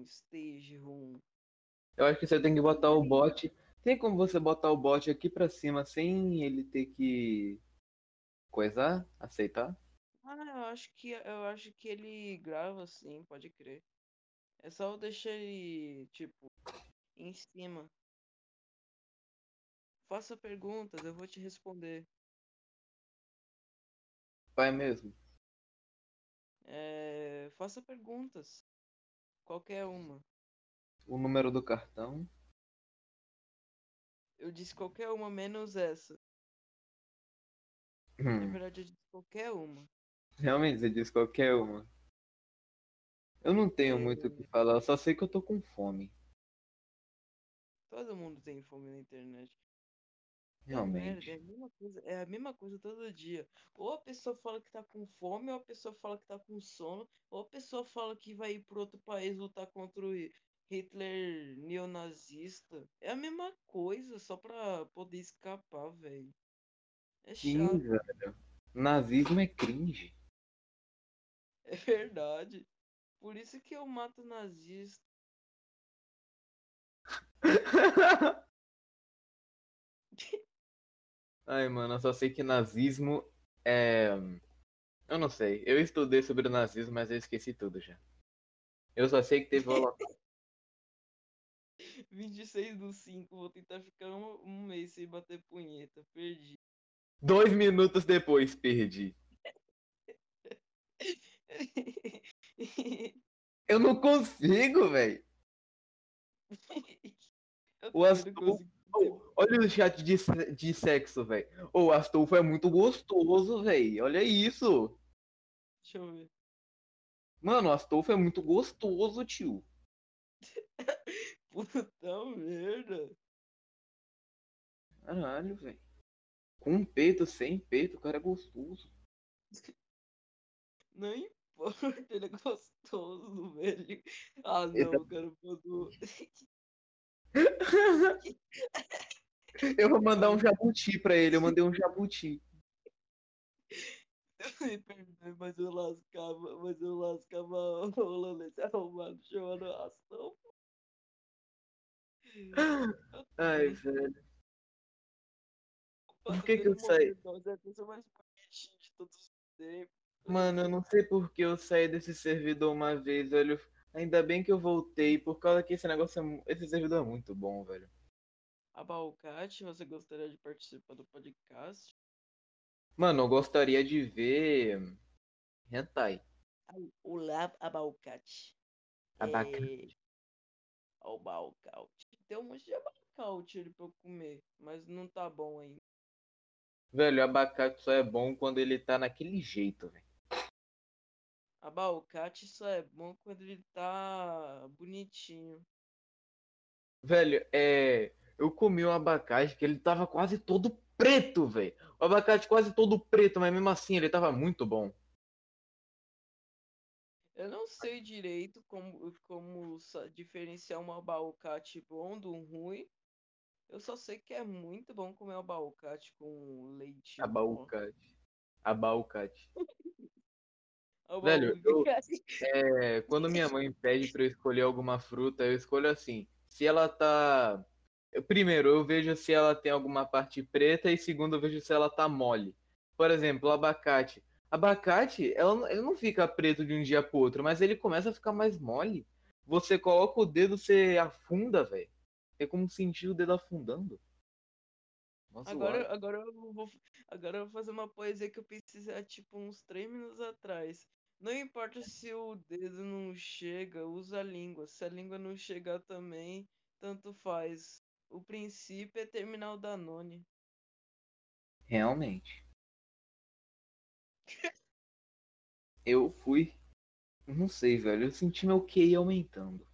stage room. Eu acho que você tem que botar o bot. Tem como você botar o bot aqui pra cima sem ele ter que coisar? Aceitar? Ah, eu acho que ele grava assim, pode crer. É só eu deixar ele, tipo, em cima. Faça perguntas, eu vou te responder. Vai mesmo. Faça perguntas, qualquer uma. O número do cartão. Eu disse qualquer uma menos essa. Na Hum, verdade, eu disse qualquer uma. realmente, você diz qualquer uma. Eu não tenho muito o que É, falar, eu só sei que eu tô com fome. todo mundo tem fome na internet. É merda, Realmente. é a mesma coisa todo dia. Ou a pessoa fala que tá com fome, ou a pessoa fala que tá com sono, ou a pessoa fala que vai ir pro outro país lutar contra o Hitler neonazista. É a mesma coisa, só pra poder escapar, velho. É Sim, chato, velho. Nazismo é cringe. é verdade. Por isso que eu mato nazista. Ai, mano, eu só sei que nazismo é. Eu não sei. Eu estudei sobre o nazismo, mas eu esqueci tudo já. Eu só sei que teve o Holocausto. 26/5, vou tentar ficar um mês sem bater punheta. Perdi. 2 minutos depois, perdi. Eu não consigo, velho. Eu O também não Astolfo. consigo. Oh, olha o chat de sexo, velho. O Astolfo é muito gostoso, velho. Olha isso. Deixa eu ver. Mano, o Astolfo é muito gostoso, tio. Puta merda. Caralho, velho. Com peito, sem peito, o cara é gostoso. Não importa, ele é gostoso, velho. Ah, Ele tá- não, cara, mandou. Eu vou mandar um Mano, jabuti pra ele. Eu mandei um jabuti. me perdoe, mas eu lascava a rola nesse arrombado chamando ação. Eu Ai, também. velho. O Por fato que que dele eu saí? morrer, não, é a coisa mais bonitinha de todos os tempos. Mano, eu não sei por que eu saí desse servidor uma vez, velho. Ainda bem que eu voltei, por causa que esse negócio esse servidor é muito bom, velho. Abalcate, você gostaria de participar do podcast? Mano, eu gostaria de ver hentai. Olá, Abalcate. Abacate. É. Abalcate. Tem um monte de abalcate ali pra eu comer, mas não tá bom ainda. Velho, abacate só é bom quando ele tá naquele jeito, velho. Abalcate só é bom quando ele tá bonitinho. Velho, eu comi um abacate que ele tava quase todo preto, velho. O abacate quase todo preto, mas mesmo assim ele tava muito bom. Eu não sei direito como diferenciar um abalcate bom do ruim. Eu só sei que é muito bom comer abalcate com leite em pó. Abacate. Abacate. Velho, Abalcate. quando minha mãe pede pra eu escolher alguma fruta, eu escolho assim. Se ela tá. Primeiro, eu vejo se ela tem alguma parte preta e segundo, eu vejo se ela tá mole. Por exemplo, o abacate. Abacate, ele não fica preto de um dia pro outro, mas ele começa a ficar mais mole. Você coloca o dedo, você afunda, velho. É como sentir o dedo afundando. Mó zoado. Agora agora eu vou fazer uma poesia que eu pensei há tipo uns 3 minutos atrás. Não importa se o dedo não chega, usa a língua. Se a língua não chegar também, tanto faz. O princípio é terminar o Danone. Realmente. Eu fui. Não sei, velho. Eu senti meu QI aumentando.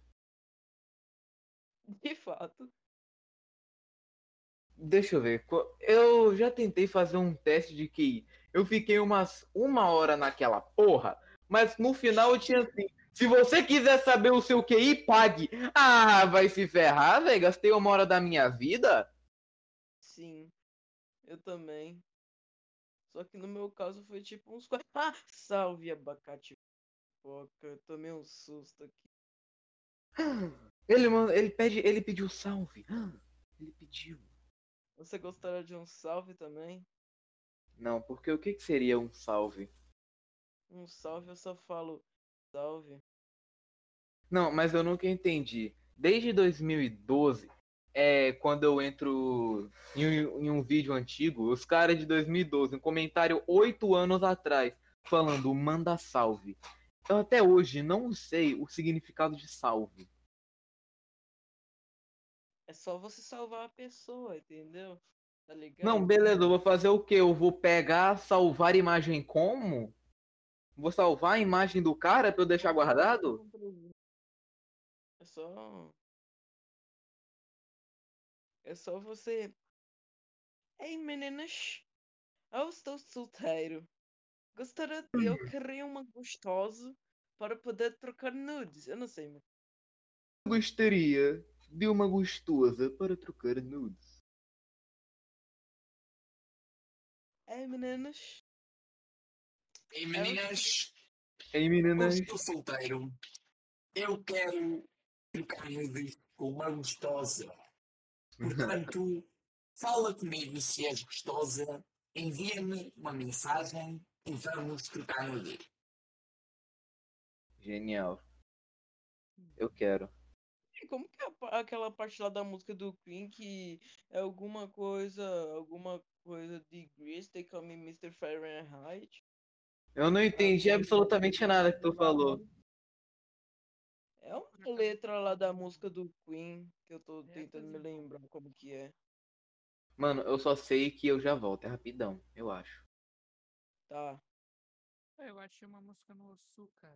De fato. Deixa eu ver. Eu já tentei fazer um teste de QI. Eu fiquei uma hora naquela porra, mas no final eu tinha assim. Se você quiser saber o seu QI, pague. Ah, vai se ferrar, velho. Gastei uma hora da minha vida. Sim, eu também. Só que no meu caso foi tipo uns. Ah! Salve abacate foca. Eu tomei um susto aqui. Ele pediu salve. Ele pediu. Você gostaria de um salve também? Não, porque o que seria um salve? Um salve eu só falo salve. Não, mas eu nunca entendi. Desde 2012, quando eu entro em um vídeo antigo, os caras de 2012, um comentário 8 anos atrás, falando manda salve. Eu até hoje não sei o significado de salve. É só você salvar a pessoa, entendeu? Tá Não, ligado? beleza, eu vou fazer o quê? Eu vou pegar, salvar imagem como? Vou salvar a imagem do cara pra eu deixar guardado? É só. É só você. Ei, meninas, eu estou solteiro. Eu queria uma gostosa para poder trocar nudes. Eu não sei, mas. Gostaria de uma gostosa para trocar nudes. Ei, meninas, Ei eu meninas, Hein, eu meninas? estou solteiro. Eu quero trocar nudes com uma gostosa. Portanto, fala comigo se és gostosa, envia-me uma mensagem e vamos trocar nudes. Genial. Eu quero. Como que é aquela parte lá da música do Queen que é alguma coisa de Grease, They Call Me Mr. Fahrenheit? Eu não I'm entendi so absolutamente nada que tu falou. É uma letra lá da música do Queen que eu tô tentando me lembrar como que é. Mano, eu só sei que eu já volto. É rapidão, eu acho. Tá. Eu achei uma música no Sul, cara.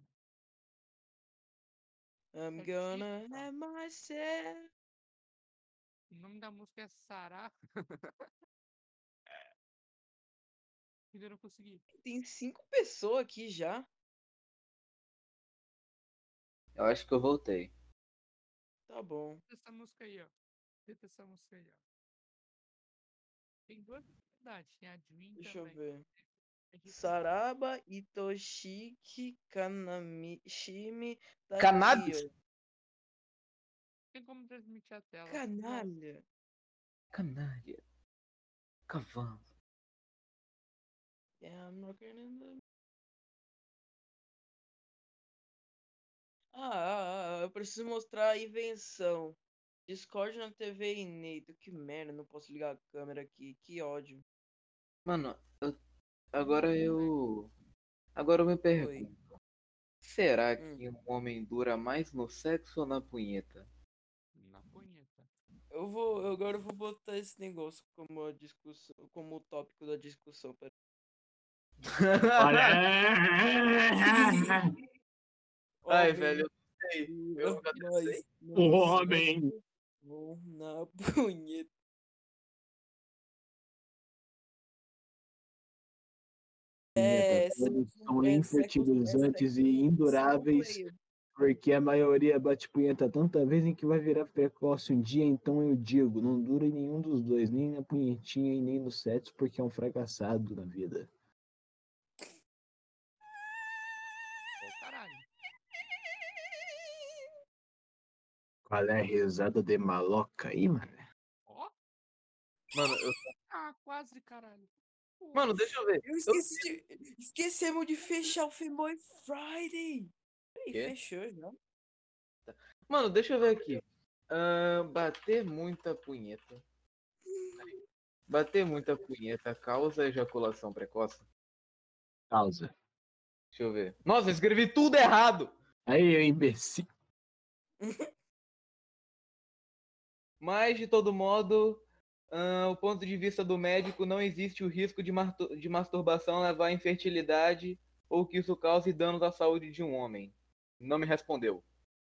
I'm É gonna Tita. have myself. O nome da música é Sará. Ainda não consegui. Tem 5 pessoas aqui já. Eu acho que eu voltei. Tá bom. Essa música aí, ó. Tenta essa música aí, ó. Tem duas verdades. Tem a Dream Deixa eu também. ver. É de Saraba Itoshiki Kanamishimi Cannabis? Takio. Tem como transmitir a tela. Canalha. Canalha. Cavalo. Yeah, I'm not gonna... eu preciso mostrar a invenção. Discord na TV inédito. Que merda, não posso ligar a câmera aqui. Que ódio. Mano, agora eu. Agora eu me Oi. pergunto. Será Hum. que um homem dura mais no sexo ou na punheta? Na punheta. Agora eu vou botar esse negócio como a discussão, como o tópico da discussão. Ai, Homem velho, eu não sei. Eu dura nunca mais sei. O no homem. sexo ou na punheta. Eles são Sexo, infertilizantes e single induráveis, player. porque a maioria bate punheta tanta vez em que vai virar precoce um dia, então eu digo, não dura em nenhum dos dois, nem na punhetinha e nem no sexo, porque é um fracassado na vida. Ô, caralho. Qual é a risada de maloca aí, mano? Ó. Mano, Ah, quase, caralho. Mano, deixa eu ver. Esquecemos de fechar o Fanboy Friday. Ih, Quê? fechou já. Mano, deixa eu ver aqui. Bater muita punheta. Bater muita punheta causa ejaculação precoce? Causa. Deixa eu ver. Nossa, eu escrevi tudo errado! Aí, eu imbecil. Mas, de todo modo, o ponto de vista do médico, não existe o risco de masturbação levar à infertilidade ou que isso cause danos à saúde de um homem. Não me respondeu.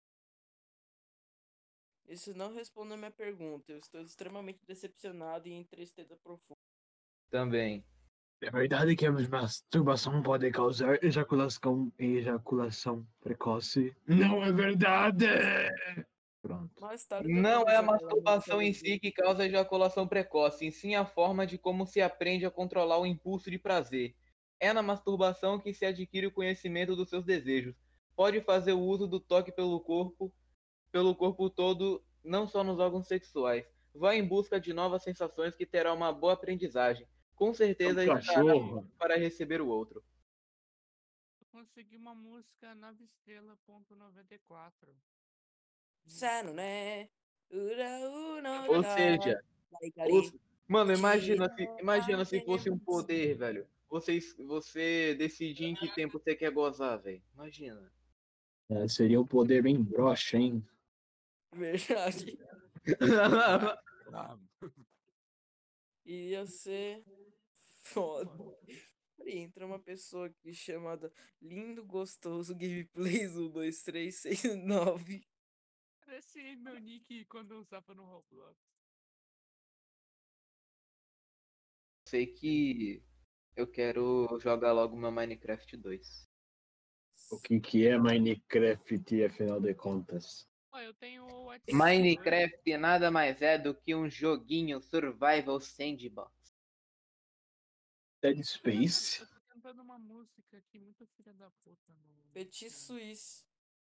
Isso não responde a minha pergunta. Eu estou extremamente decepcionado e em tristeza profunda. Também. É verdade que a masturbação pode causar ejaculação precoce? Não é verdade! Pronto. Mais tarde eu Não vou é a usar aquela masturbação em música si que causa ejaculação precoce, e sim a forma de como se aprende a controlar o impulso de prazer. É na masturbação que se adquire o conhecimento dos seus desejos. Pode fazer o uso do toque pelo corpo, pelo corpo todo, não só nos órgãos sexuais. Vá em busca de novas sensações que terá uma boa aprendizagem. Com certeza É um estará cachorro. para receber o outro. Eu consegui uma música navestrela.94. Sano, né? Ura, uno, Ou tá. seja, Laicari. mano, Tira, imagina se fosse um temos. poder, velho. Você decidir em que tempo você quer gozar, velho. Imagina. Seria um poder bem broxa, hein? Verdade. Ah, Iria ser foda. Aí entra uma pessoa aqui chamada Lindo Gostoso Gameplays 12369. Parece meu nick quando eu usava no Roblox. Sei que eu quero jogar logo meu Minecraft 2. O que é Minecraft, afinal de contas? Ó, eu tenho o WhatsApp. Minecraft nada mais é do que um joguinho survival sandbox. Dead Space? Eu tô cantando uma música aqui, muito filha da puta. Petit Suisse.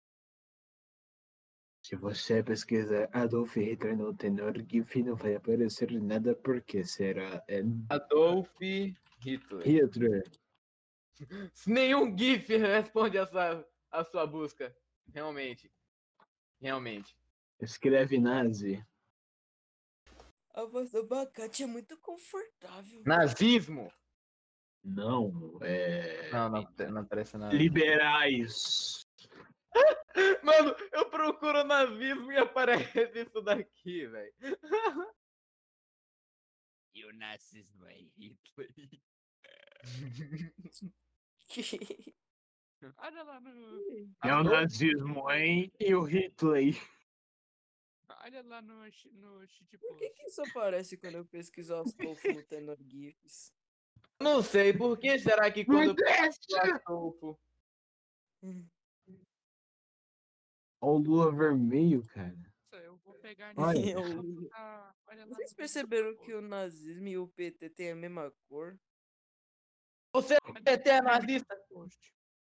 Se você pesquisar Adolf Hitler no tenor GIF, não vai aparecer nada porque será Adolf Hitler. Hitler. Nenhum GIF responde a sua busca. Realmente. Realmente. Escreve nazi. A voz do abacate é muito confortável. Nazismo. Não, Não aparece nada. liberais. Mano, eu procuro nazismo e aparece isso daqui, velho. e o nazismo é Hitler. Olha lá no. É o nazismo, hein? E o Hitler. Olha lá no cheat Por que post. isso aparece quando eu pesquiso Astolfo no Tenor GIFs? Não sei, por que será que quando eu pesquiso Astolfo... Olha o Lula vermelho, cara. Nossa, eu vou pegar Olha. nisso. Eu- Olha lá Vocês no perceberam post. que o nazismo e o PT têm a mesma cor? Você é nazista? Post.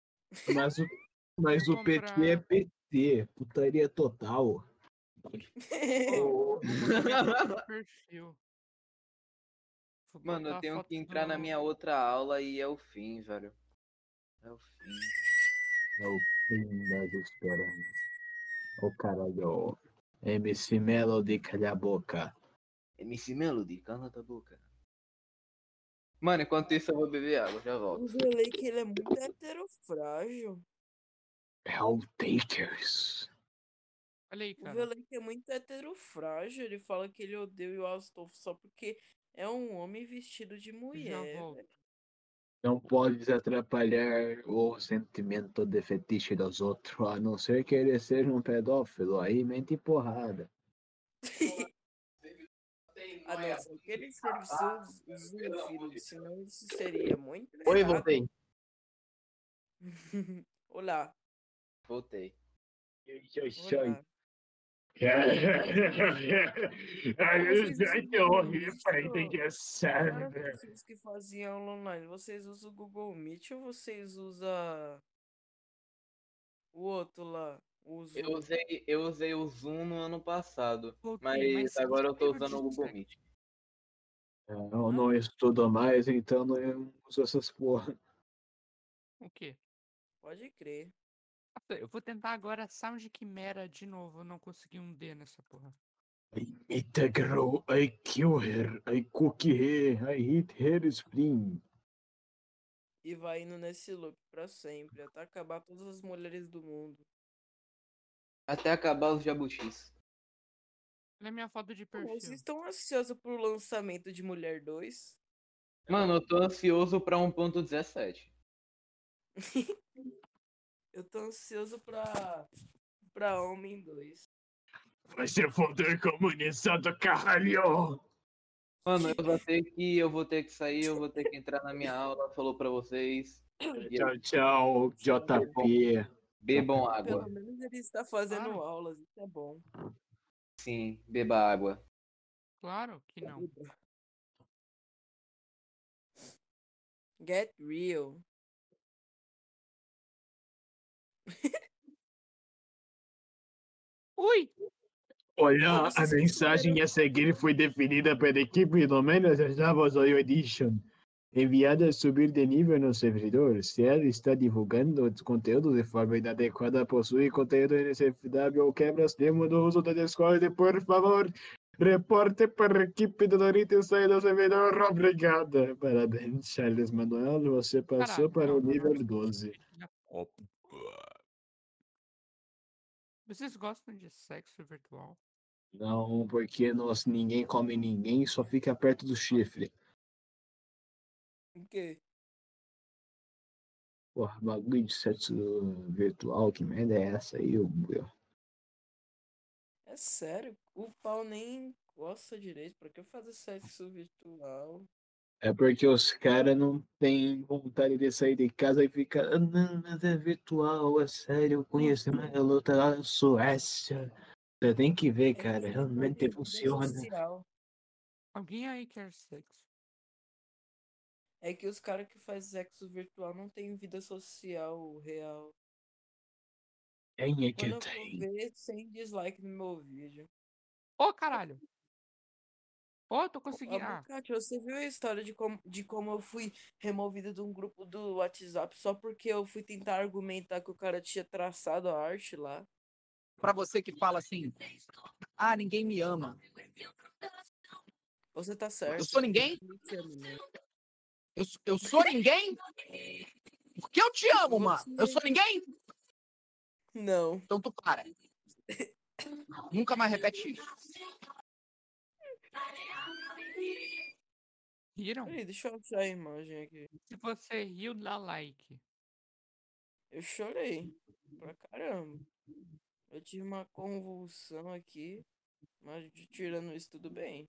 Mas Vou o PT é comprar- PT. Putaria total. Ó, vou modificar meu perfil. Vou Mano, eu botar a tenho foto que entrar na do- minha outra aula e é o fim, velho. É o fim. É o fim das esperanças. Ô caralho. MC Melody, calha a boca. MC Melody, cala tua boca. Mano, enquanto isso eu vou beber água, já Eu volto. falei que ele é muito heterofrágil. Helltakers. Olha aí, O cara. Velek é muito heterofrágil. Ele fala que ele odeia o Astolfo só porque é um homem vestido de Já mulher. volto. velho. Não podes atrapalhar o sentimento de fetiche dos outros, a não ser que ele seja um pedófilo. Aí mente porrada. A não ser que ele seja zoofilo, senão isso seria muito Oi, errado. voltei. Olá, Voltei. olá. Para as pessoas que faziam aula online, vocês usam o Google Meet ou vocês usam o outro lá? O Zoom? Eu usei o Zoom no ano passado, Voltei, mas mas agora eu tô eu usando o Google disse- Meet. Eu não estudo mais, então não uso essas porra. O quê? Pode crer. Eu vou tentar agora Sound Chimera de novo. Eu não consegui um D nessa porra. I meet a girl, I kill her, I cook her, I hit her spring. E vai indo nesse loop pra sempre, até acabar todas as mulheres do mundo. Até acabar os jabutis. Olha a minha foto de Pô, vocês perfil. estão ansiosos pro lançamento de Mulher 2? Mano, eu tô ansioso pra 1.17. Eu tô ansioso pra Homem 2. Vai se foder comunizado, caralho! Mano, eu vou ter que sair, eu vou ter que entrar na minha aula, falou pra vocês. E Tchau, tchau, JP. bebam água. Pelo menos ele está fazendo Claro. aulas, isso é bom. Sim, beba água. Claro que não. Get real. Ui! Olha, a Vocês mensagem a seguir foi definida pela equipe do Menos Zavozoio Edition. Enviada a subir de nível no servidor. Se ela está divulgando os conteúdos de forma inadequada, possui conteúdo NSFW ou quebras demo do uso da Discord, por favor, reporte para a equipe do Dorito e saia do servidor. Obrigada. Parabéns, Charles Manuel. Você passou Caralho, para não, o não, nível não. 12. Vocês gostam de sexo virtual? Não, porque ninguém come ninguém, só fica perto do chifre. O quê? Porra, bagulho de sexo virtual, que merda é essa aí, meu? É sério, o pau nem gosta direito. Pra que fazer sexo virtual? É porque os caras não têm vontade de sair de casa e ficar, "Ah, não, mas é virtual, é sério, eu conheci uma garota lá na Suécia." Você tem que ver, É que cara, eles não realmente têm vida funciona. social. Alguém aí quer sexo? É que os caras que fazem sexo virtual não têm vida social real. Quem é que Quando eu for tem? ver, 100 dislike no meu vídeo. Ô, caralho! Ô, tô conseguindo. Ah, Abacate, você viu a história de como eu fui removida de um grupo do WhatsApp só porque eu fui tentar argumentar que o cara tinha traçado a arte lá? Pra você que fala assim, ah, ninguém me ama. Você tá Eu certo. sou ninguém? Ninguém te ama, não. Eu sou ninguém? Porque eu te amo, mano. Eu sou ninguém? Não. Então tu para. Nunca mais repete isso. riram? Peraí, deixa eu achar a imagem aqui. Se você riu, dá like. Eu chorei. Pra caramba. Eu tive uma convulsão aqui. Mas tirando isso, tudo bem.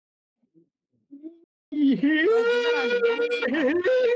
Cadê? Caralho, não achei.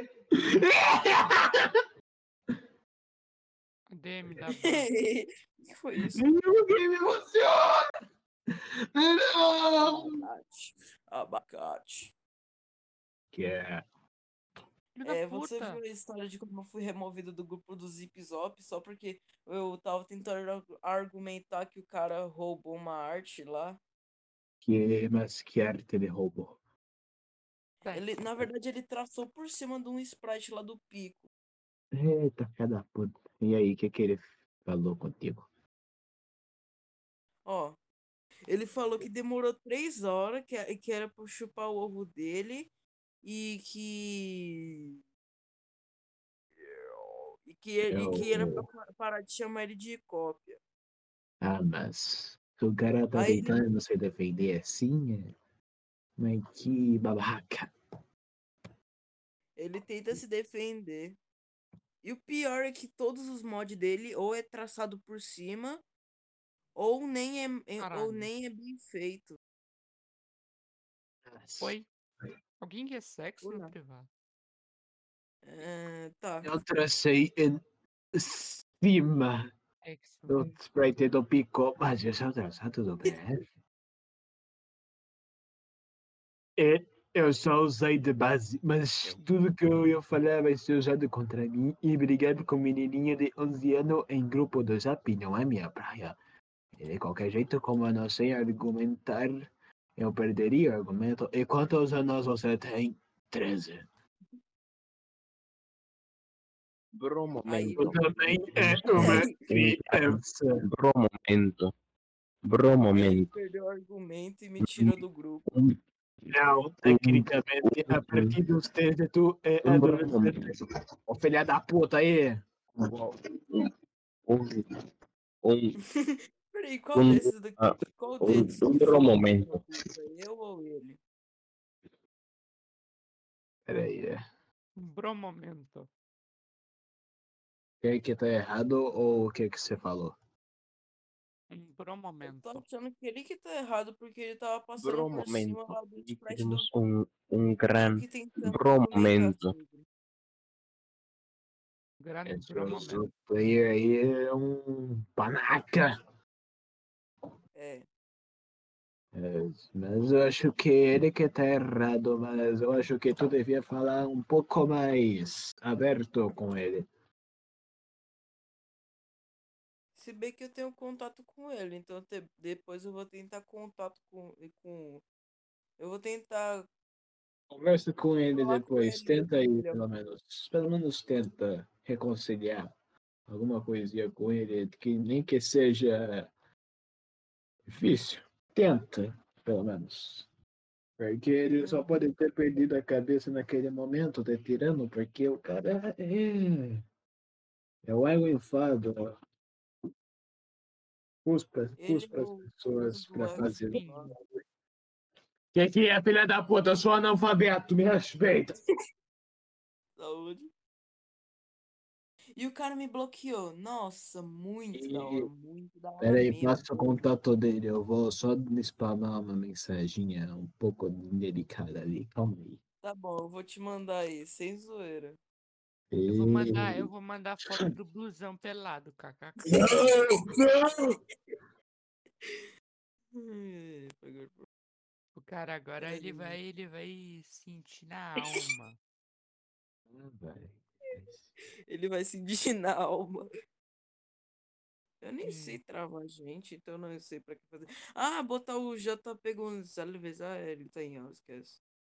A DM da O van. que foi isso? Ninguém me emociona! Não! Abacate. Abacate. Que é? Filho da Você puta. viu a história de como eu fui removido do grupo do Zip Zop só porque eu tava tentando argumentar que o cara roubou uma arte lá? Mas que arte ele roubou? Ele, na verdade, ele traçou por cima de um sprite lá do Pico. Eita, cada puta. E aí, o que ele falou contigo? Ó, ele falou que demorou 3 horas, que era pra eu chupar o ovo dele e que. E que era pra Eu... parar de chamar ele de cópia. Ah, mas o cara tá Aí ele, tentando se defender assim, mas que babaca. ele tenta se defender. E o pior é que todos os mods dele ou é traçado por cima ou Caralho. nem é bem feito. Oi? Alguém quer sexo no Olá. privado? Tá. Eu tracei em cima Sexo. do sprite do Pico, mas eu só traçar tudo bem. E eu só usei de base, mas tudo que eu ia falar vai ser usado contra mim e brigar com menininha de 11 anos em grupo do Zap não é minha praia. E de qualquer jeito, como eu não sei argumentar, eu perderia o argumento. E quantos anos você tem? 13. Bro, Aí Eu momento. também é uma criança. Bro, momento. Bro, Aí ele momento. perdeu o argumento e me tirou do grupo. Não, tecnicamente, a partir dos 13 tu é Bro, adolescente. momento. Ô filha da puta aí. Peraí, qual desses daqui? Qual desses que Bro, falou filho da momento. puta? Eu ou ele? Peraí, Bro momento. quem que tá errado ou o que que você falou? Bro Eu tô momento. achando que ele que tá errado porque ele tava passando Bro, por cima momento. lá do E sprite do queremos um Pico gran e tentando bro, argumentar momento. sobre. Grande Esse bro momento. outro player aí é um panaca. É. Mas eu acho que ele que tá errado, mas eu acho que tu devia falar um pouco mais aberto com ele. Se bem que eu tenho contato com ele, então depois eu vou tentar contato com. Eu vou tentar Conversa com ele falar com depois. ele Tenta aí, depois. pelo menos tenta reconciliar alguma coisinha com ele, que nem que seja difícil. Tenta, pelo menos. Porque ele só pode ter perdido a cabeça naquele momento, tá tirando, porque o cara é o ego inflado. Cuspa Ele as é pessoas do pra ego fazer. inflado. Que é, filha da puta? Eu sou analfabeto, me respeita. Saúde. E o cara me bloqueou. Nossa, muito da hora, muito da hora Peraí, mesmo. passa o contato dele. Eu vou só spamar uma mensaginha um pouco delicada ali. Calma aí. Tá bom, eu vou te mandar aí, sem zoeira. Eu vou mandar foto do blusão pelado, kkk. O cara agora ele vai sentir na alma. Ele vai se indignar na alma. Eu nem Hum. sei travar gente, então eu não sei pra que fazer. Ah, botar o JP Gonçalves. Ah, ele tá em aula, esquece.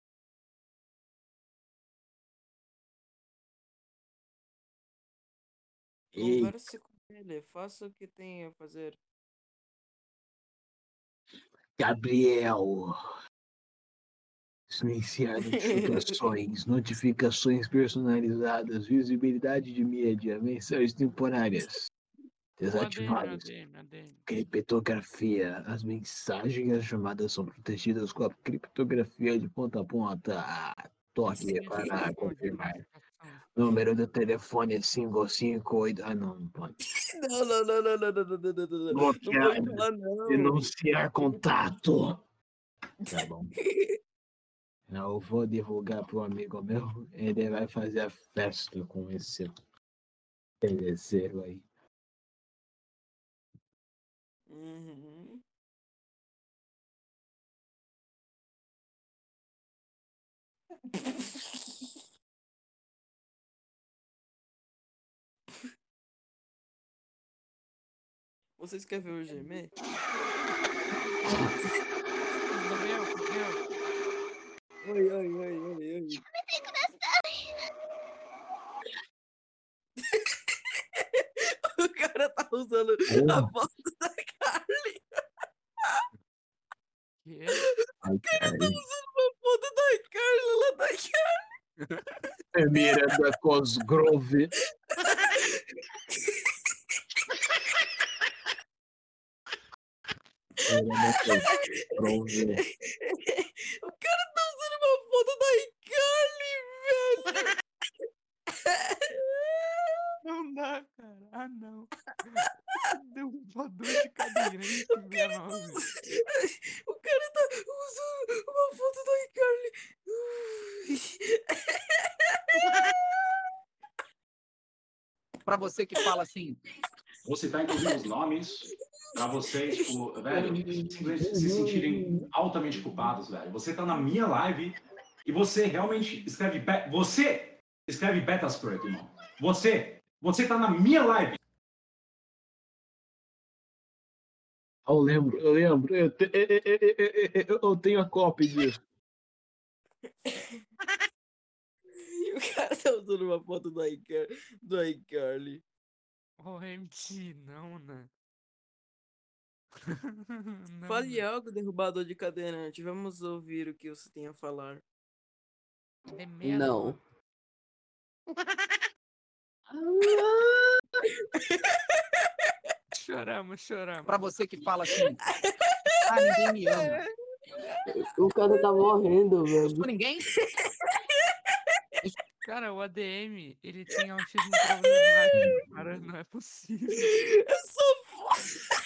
Ei, Converse com ele, faça o que tem a fazer. Gabriel. Silenciar notificações personalizadas, visibilidade de mídia, mensagens temporárias desativadas. ADM. Criptografia. As mensagens e as chamadas são protegidas com a criptografia de ponta a ponta. Toque para confirmar. Número do telefone é 558. Ah, não pode. Não Bloquear, pode falar, não. denunciar contato. Tá bom. Eu vou divulgar pro amigo meu. Ele vai fazer a festa com esse telezeiro aí. Uhum. Vocês querem ver o Gmail? Oi. O cara tá usando a foto da Carly. Que? O cara tá usando uma foto da Carly lá da Carly. Miranda Cosgrove. O cara tá usando uma foto da Carly, velho. Não dá, cara. Ah, não. Deu uma dor de cadeirante, minha mão. O cara tá usando uma foto da Carly. Pra você que fala assim. Vou citar inclusive os nomes pra vocês, tipo, velho, simplesmente se sentirem altamente culpados, velho. Você tá na minha live e você realmente escreve... Você escreve Betaspurt, irmão. Você tá na minha live. Eu lembro. Eu tenho a cópia disso. E o cara tá usando uma foto do iCarly. OMG, não, né? Não, Fale né? algo, derrubador de cadeirante. Vamos ouvir o que você tem a falar. De merda. Não. Choramos. Pra você que fala assim. Ah, ninguém me ama. O cara tá morrendo, Eu velho. sou ninguém? Cara, o ADM, ele tem autismo problemático, cara. Não é possível. Eu sou foda.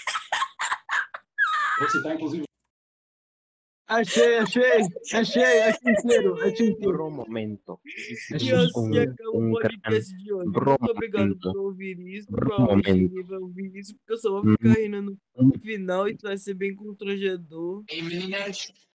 Vou citar inclusive... Achei inteiro. Por um momento. E assim acaba o podcast de hoje. Muito obrigado por ouvir isso. Provavelmente ninguém vai ouvir isso, porque eu só vou ficar rindo no final e vai ser bem constrangedor. Ei, meninas,